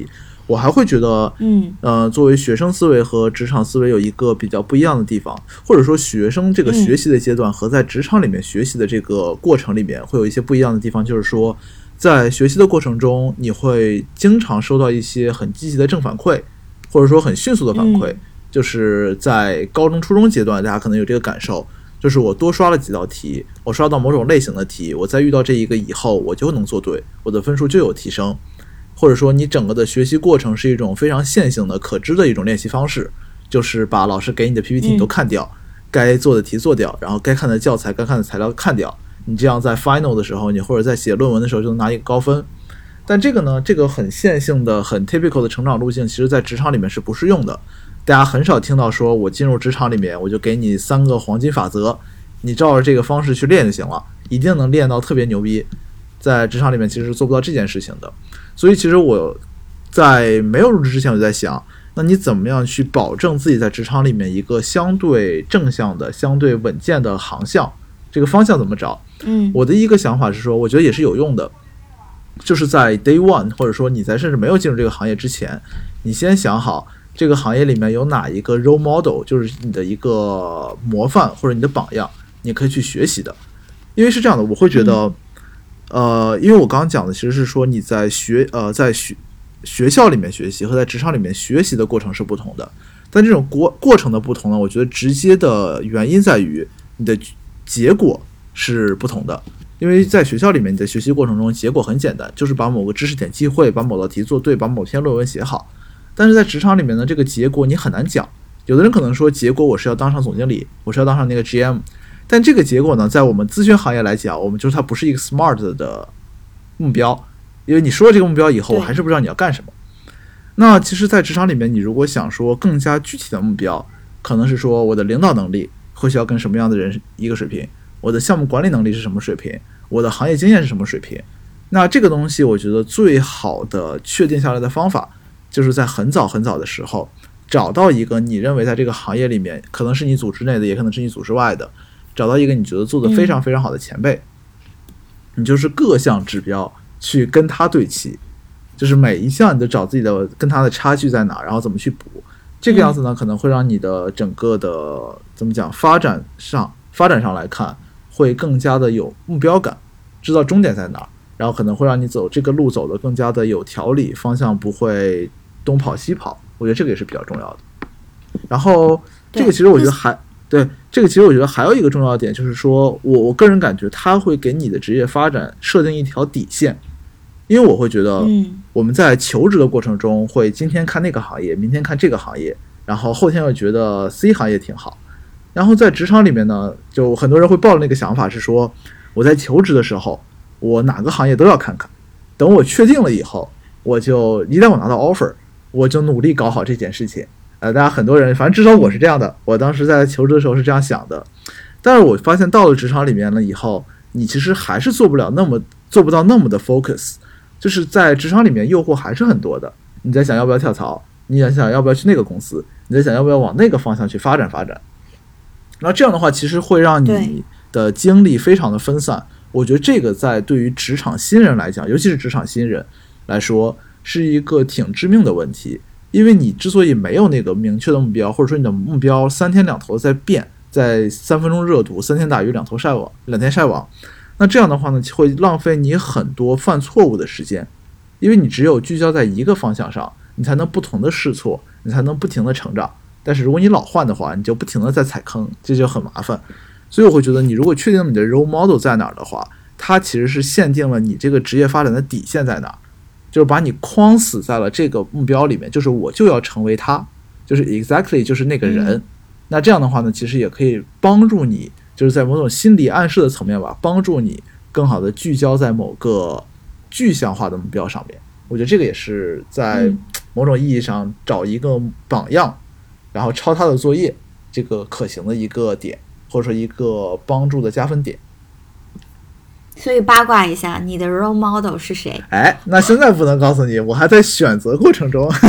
我还会觉得，作为学生思维和职场思维有一个比较不一样的地方，或者说学生这个学习的阶段和在职场里面学习的这个过程里面会有一些不一样的地方，就是说，在学习的过程中，你会经常收到一些很积极的正反馈，或者说很迅速的反馈。就是在高中、初中阶段，大家可能有这个感受，就是我多刷了几道题，我刷到某种类型的题，我在遇到这一个以后，我就能做对，我的分数就有提升。或者说你整个的学习过程是一种非常线性的可知的一种练习方式，就是把老师给你的 PPT 你都看掉，该做的题做掉，然后该看的教材该看的材料看掉，你这样在 final 的时候，你或者在写论文的时候就能拿一个高分。但这个呢，这个很线性的很 typical 的成长路径，其实在职场里面是不适用的。大家很少听到说我进入职场里面我就给你3个黄金法则，你照着这个方式去练就行了，一定能练到特别牛逼。在职场里面其实是做不到这件事情的。所以其实我在没有入职之前我就在想，那你怎么样去保证自己在职场里面一个相对正向的相对稳健的航向，这个方向怎么找？我的一个想法是说，我觉得也是有用的，就是在 day one 或者说你在甚至没有进入这个行业之前，你先想好这个行业里面有哪一个 role model， 就是你的一个模范或者你的榜样，你可以去学习的。因为是这样的，我会觉得因为我刚刚讲的其实是说你在学校里面学习和在职场里面学习的过程是不同的，但这种过程的不同呢，我觉得直接的原因在于你的结果是不同的。因为在学校里面你在学习过程中结果很简单，就是把某个知识点记会，把某道题做对，把某篇论文写好。但是在职场里面呢，这个结果你很难讲。有的人可能说结果我是要当上总经理，我是要当上那个 GM，但这个结果呢，在我们咨询行业来讲，我们就是它不是一个 SMART 的目标，因为你说了这个目标以后，我还是不知道你要干什么。那其实在职场里面，你如果想说更加具体的目标，可能是说我的领导能力会需要跟什么样的人一个水平，我的项目管理能力是什么水平，我的行业经验是什么水平。那这个东西我觉得最好的确定下来的方法，就是在很早很早的时候找到一个你认为在这个行业里面可能是你组织内的，也可能是你组织外的，找到一个你觉得做得非常非常好的前辈，你就是各项指标去跟他对齐，就是每一项你都找自己的跟他的差距在哪，然后怎么去补。这个样子呢，可能会让你的整个的怎么讲发展上来看会更加的有目标感，知道终点在哪，然后可能会让你走这个路走得更加的有条理，方向不会东跑西跑。我觉得这个也是比较重要的。然后这个其实我觉得还有一个重要点，就是说我个人感觉它会给你的职业发展设定一条底线。因为我会觉得我们在求职的过程中会今天看那个行业，明天看这个行业，然后后天又觉得 C 行业挺好。然后在职场里面呢，就很多人会抱着那个想法是说，我在求职的时候我哪个行业都要看看，等我确定了以后，我就一旦我拿到 offer， 我就努力搞好这件事情。大家很多人反正至少我是这样的，我当时在求职的时候是这样想的。但是我发现到了职场里面了以后，你其实还是做不到那么的 focus， 就是在职场里面诱惑还是很多的。你在想要不要跳槽，你在想要不要去那个公司，你在想要不要往那个方向去发展。然后这样的话其实会让你的精力非常的分散。我觉得这个在对于职场新人来讲，尤其是职场新人来说，是一个挺致命的问题。因为你之所以没有那个明确的目标，或者说你的目标3天2头在变，在3分钟热度，3天打鱼2天晒网，那这样的话呢，会浪费你很多犯错误的时间。因为你只有聚焦在一个方向上，你才能不同的试错，你才能不停的成长。但是如果你老换的话，你就不停的在踩坑，这就很麻烦。所以我会觉得，你如果确定你的 role model 在哪儿的话，它其实是限定了你这个职业发展的底线在哪儿，就是把你框死在了这个目标里面，就是我就要成为他，就是 exactly 就是那个人。那这样的话呢，其实也可以帮助你，就是在某种心理暗示的层面吧，帮助你更好的聚焦在某个具象化的目标上面。我觉得这个也是在某种意义上找一个榜样，然后抄他的作业，这个可行的一个点，或者说一个帮助的加分点。 所以八卦一下，你的 role model 是谁？ 那现在不能告诉你，我还在选择过程中。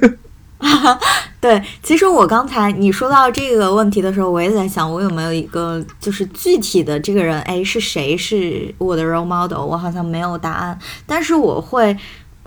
对，其实我刚才你说到这个问题的时候，我也在想，我有没有一个就是具体的这个人，是谁是我的 role model？ 我好像没有答案，但是我会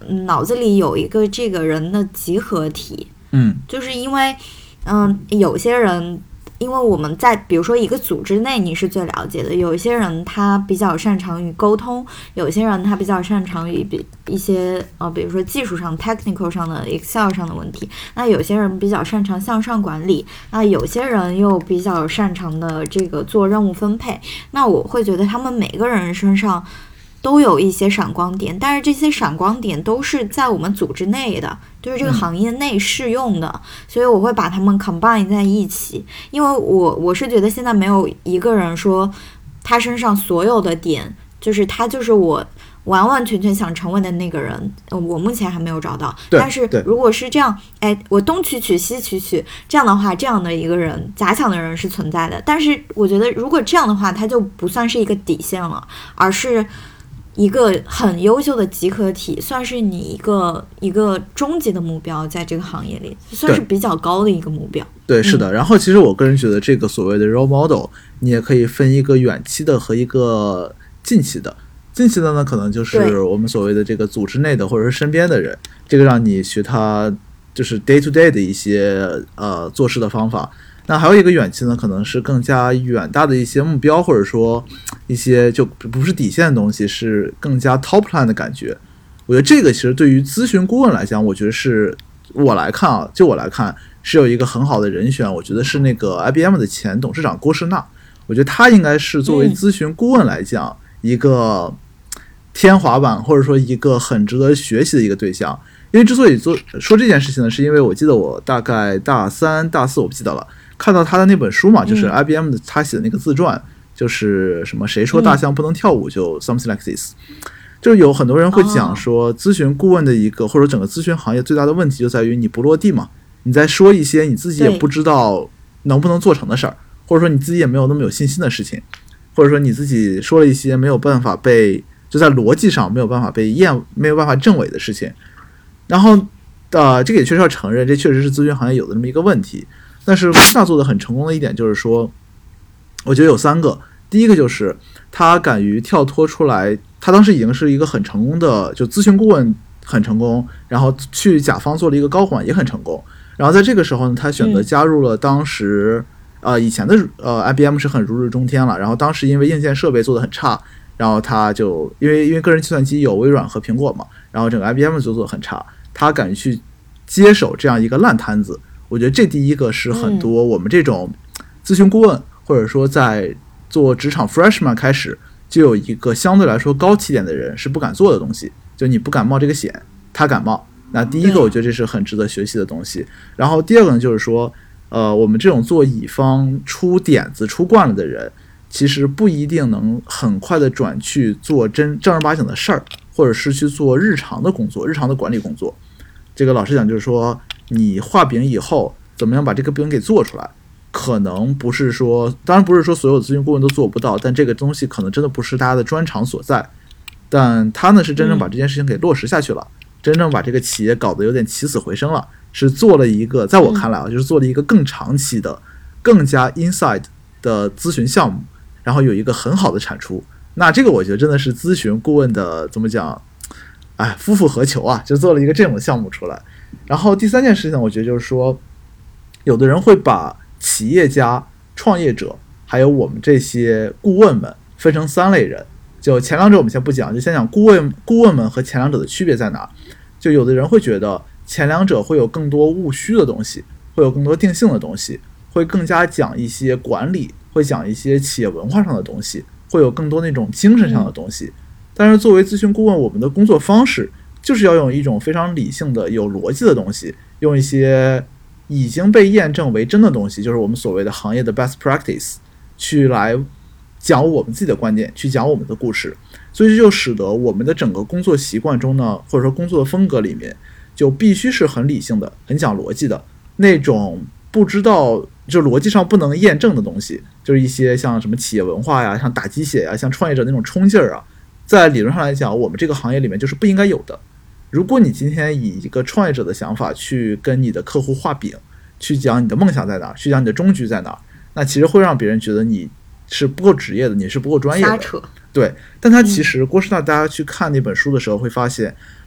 脑子里有一个这个人的集合体，就是因为有些人。因为我们在比如说一个组织内你是最了解的，有一些人他比较擅长于沟通，有些人他比较擅长于一些比如说技术上 technical 上的 Excel 上的问题，那有些人比较擅长向上管理，那有些人又比较擅长的这个做任务分配，那我会觉得他们每个人身上都有一些闪光点，但是这些闪光点都是在我们组织内的，就是这个行业内适用的，所以我会把它们 combine 在一起。因为我是觉得现在没有一个人说他身上所有的点，就是他就是我完完全全想成为的那个人，我目前还没有找到。但是如果是这样，我东取取西取取，这样的话，这样的一个人假想的人是存在的。但是我觉得如果这样的话，他就不算是一个底线了，而是一个很优秀的集合体，算是你一个终极的目标，在这个行业里算是比较高的一个目标。 对，是的。然后其实我个人觉得这个所谓的 role model 你也可以分一个远期的和一个近期的。近期的呢可能就是我们所谓的这个组织内的或者是身边的人，这个让你学他就是 day to day 的一些做事的方法。那还有一个远期呢，可能是更加远大的一些目标，或者说一些就不是底线的东西，是更加 top line 的感觉。我觉得这个其实对于咨询顾问来讲，我觉得是我来看是有一个很好的人选，我觉得是那个 IBM 的前董事长郭士纳。我觉得他应该是作为咨询顾问来讲一个天花板，或者说一个很值得学习的一个对象。因为之所以说这件事情呢，是因为我记得我大概大3大4我不记得了，看到他的那本书嘛，就是 IBM 的他写的那个自传，就是什么谁说大象不能跳舞，就 something like this。 就是有很多人会讲说咨询顾问的一个或者整个咨询行业最大的问题就在于你不落地嘛，你在说一些你自己也不知道能不能做成的事儿，或者说你自己也没有那么有信心的事情，或者说你自己说了一些没有办法被就在逻辑上没有办法被没有办法证伪的事情。然后这个也确实要承认，这确实是咨询行业有的这么一个问题。但是郭士纳做的很成功的一点就是说，我觉得有3个。第一个就是他敢于跳脱出来，他当时已经是一个很成功的，就咨询顾问很成功，然后去甲方做了一个高管也很成功。然后在这个时候呢，他选择加入了当时以前的IBM 是很如日中天了，然后当时因为硬件设备做得很差，然后他就因为个人计算机有微软和苹果嘛，然后整个 IBM 就做得很差，他敢于去接手这样一个烂摊子。我觉得这第一个是很多我们这种咨询顾问或者说在做职场 freshman 开始就有一个相对来说高起点的人是不敢做的东西，就你不敢冒这个险，他敢冒。那第一个我觉得这是很值得学习的东西。然后第二个呢，就是说我们这种做乙方出点子出惯了的人，其实不一定能很快的转去做正儿八经的事儿，或者是去做日常的工作，日常的管理工作。这个老实讲就是说，你画饼以后怎么样把这个饼给做出来，可能不是说，当然不是说所有咨询顾问都做不到，但这个东西可能真的不是大家的专长所在。但他呢是真正把这件事情给落实下去了，真正把这个企业搞得有点起死回生了，是做了一个在我看来就是做了一个更长期的更加 inside 的咨询项目，然后有一个很好的产出。那这个我觉得真的是咨询顾问的怎么讲，夫复何求啊，就做了一个这种项目出来。然后第3件事情我觉得就是说，有的人会把企业家、创业者还有我们这些顾问们分成3类人。就前2者我们先不讲，就先讲顾问们和前2者的区别在哪。就有的人会觉得前2者会有更多务虚的东西，会有更多定性的东西，会更加讲一些管理，会讲一些企业文化上的东西，会有更多那种精神上的东西。但是作为咨询顾问，我们的工作方式就是要用一种非常理性的有逻辑的东西，用一些已经被验证为真的东西，就是我们所谓的行业的 best practice 去来讲我们自己的观点，去讲我们的故事。所以这就使得我们的整个工作习惯中呢，或者说工作的风格里面，就必须是很理性的，很讲逻辑的那种，不知道就逻辑上不能验证的东西，就是一些像什么企业文化呀，像打鸡血呀，像创业者那种冲劲儿啊，在理论上来讲，我们这个行业里面就是不应该有的。如果你今天以一个创业者的想法去跟你的客户画饼，去讲你的梦想在哪，去讲你的终局在哪，那其实会让别人觉得你是不够职业的，你是不够专业的。 瞎扯。 对，但他其实郭士纳大家去看那本书的时候会发现，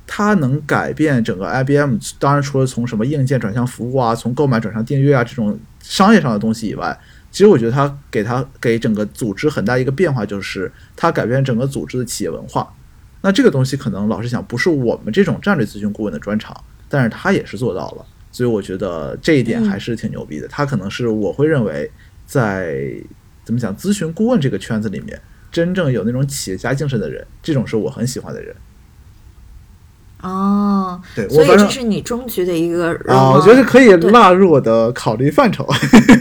它能改变整个 IBM， 当然除了从什么硬件转向服务啊，从购买转向订阅啊这种商业上的东西以外，其实我觉得它给整个组织很大一个变化，就是它改变整个组织的企业文化。那这个东西可能老实讲不是我们这种战略咨询顾问的专长，但是它也是做到了，所以我觉得这一点还是挺牛逼的。它可能是我会认为在怎么讲咨询顾问这个圈子里面真正有那种企业家精神的人，这种是我很喜欢的人。 哦， 对， 所以这是你终局的一个愿望。 我觉得可以纳入我的考虑范畴。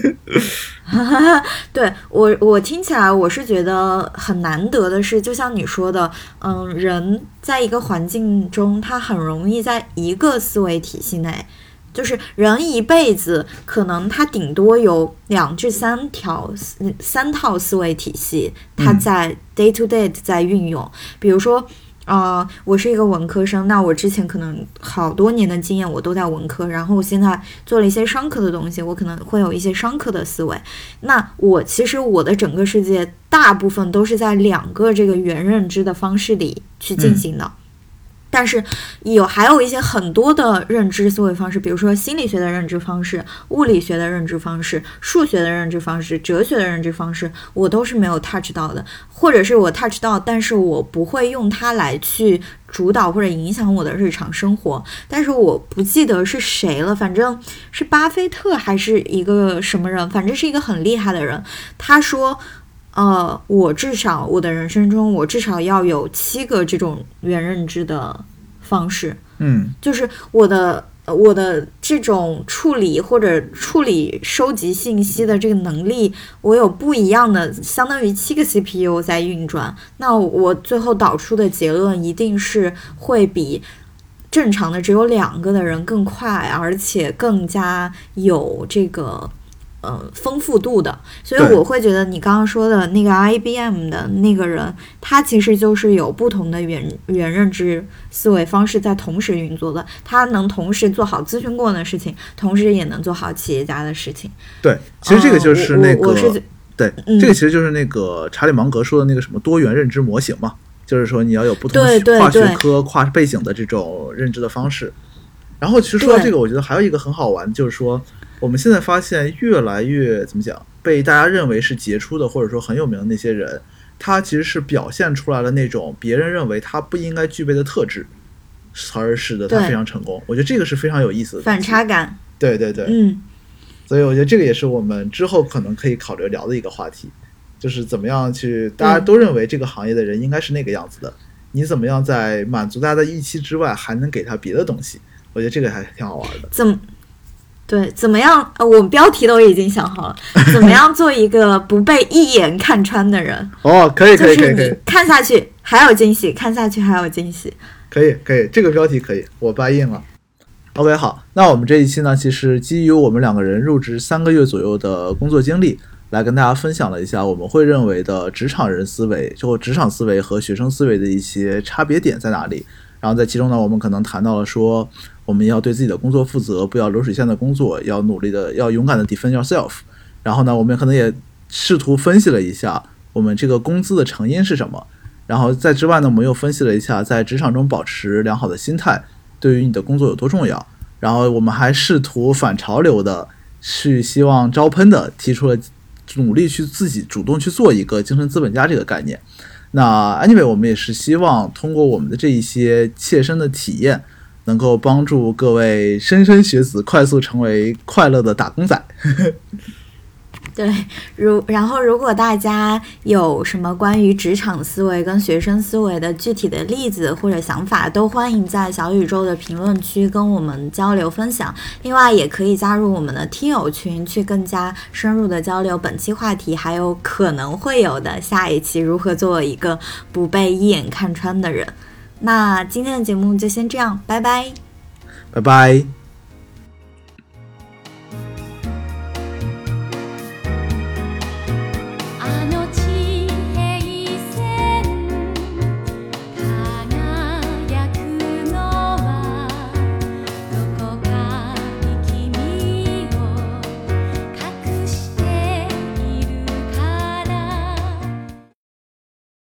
对，我听起来我是觉得很难得的是，就像你说的，人在一个环境中，他很容易在一个思维体系内，就是人一辈子可能他顶多有2至3套思维体系，他在 day to day 在运用，比如说。我是一个文科生，那我之前可能好多年的经验我都在文科，然后我现在做了一些商科的东西，我可能会有一些商科的思维。那其实我的整个世界大部分都是在2个这个原认知的方式里去进行的。但是还有一些很多的认知思维方式，比如说心理学的认知方式、物理学的认知方式、数学的认知方式、哲学的认知方式，我都是没有 touch 到的，或者是我 touch 到，但是我不会用它来去主导或者影响我的日常生活。但是我不记得是谁了，反正是巴菲特还是一个什么人，反正是一个很厉害的人，他说我的人生中我至少要有7个这种原认知的方式，就是我的这种处理或者处理收集信息的这个能力，我有不一样的，相当于7个 CPU 在运转，那我最后导出的结论一定是会比正常的只有2个的人更快，而且更加有这个丰富度的。所以我会觉得你刚刚说的那个 IBM 的那个人，他其实就是有不同的原认知思维方式在同时运作的，他能同时做好咨询顾问的事情，同时也能做好企业家的事情。 对，其实这个就是那个对，这个其实就是那个查理芒格说的那个什么多元认知模型嘛，就是说你要有不同跨学科跨背景的这种认知的方式。然后其实说到这个，我觉得还有一个很好玩，就是说我们现在发现越来越怎么讲，被大家认为是杰出的或者说很有名的那些人，他其实是表现出来了那种别人认为他不应该具备的特质，而使得他非常成功。我觉得这个是非常有意思的反差感。 对对对，所以我觉得这个也是我们之后可能可以考虑聊的一个话题，就是怎么样去大家都认为这个行业的人应该是那个样子的，你怎么样在满足大家的预期之外还能给他别的东西，我觉得这个还挺好玩的。 怎么样？我标题都已经想好了，怎么样做一个不被一眼看穿的人？ 可以， 就是你看下去还有惊喜，看下去还有惊喜。 可以，这个标题可以，我buy in了。OK， 好，那我们这一期呢，其实基于我们2个人入职3个月左右的工作经历，来跟大家分享了一下我们会认为的职场人思维，就职场思维和学生思维的一些差别点在哪里。然后在其中呢，我们可能谈到了说，我们要对自己的工作负责，不要流水线的工作，要努力的，要勇敢的 defend yourself。然后呢，我们可能也试图分析了一下我们这个工资的成因是什么。然后在之外呢，我们又分析了一下在职场中保持良好的心态对于你的工作有多重要。然后我们还试图反潮流的去希望招喷的提出了努力去自己主动去做一个精神资本家这个概念。那 anyway 我们也是希望通过我们的这一些切身的体验，能够帮助各位莘莘学子快速成为快乐的打工仔。 对，然后如果大家有什么关于职场思维跟学生思维的具体的例子或者想法，都欢迎在小宇宙的评论区跟我们交流分享。另外也可以加入我们的听友群，去更加深入的交流本期话题，还有可能会有的下一期如何做一个不被一眼看穿的人。那今天的节目就先这样，拜拜。 拜拜。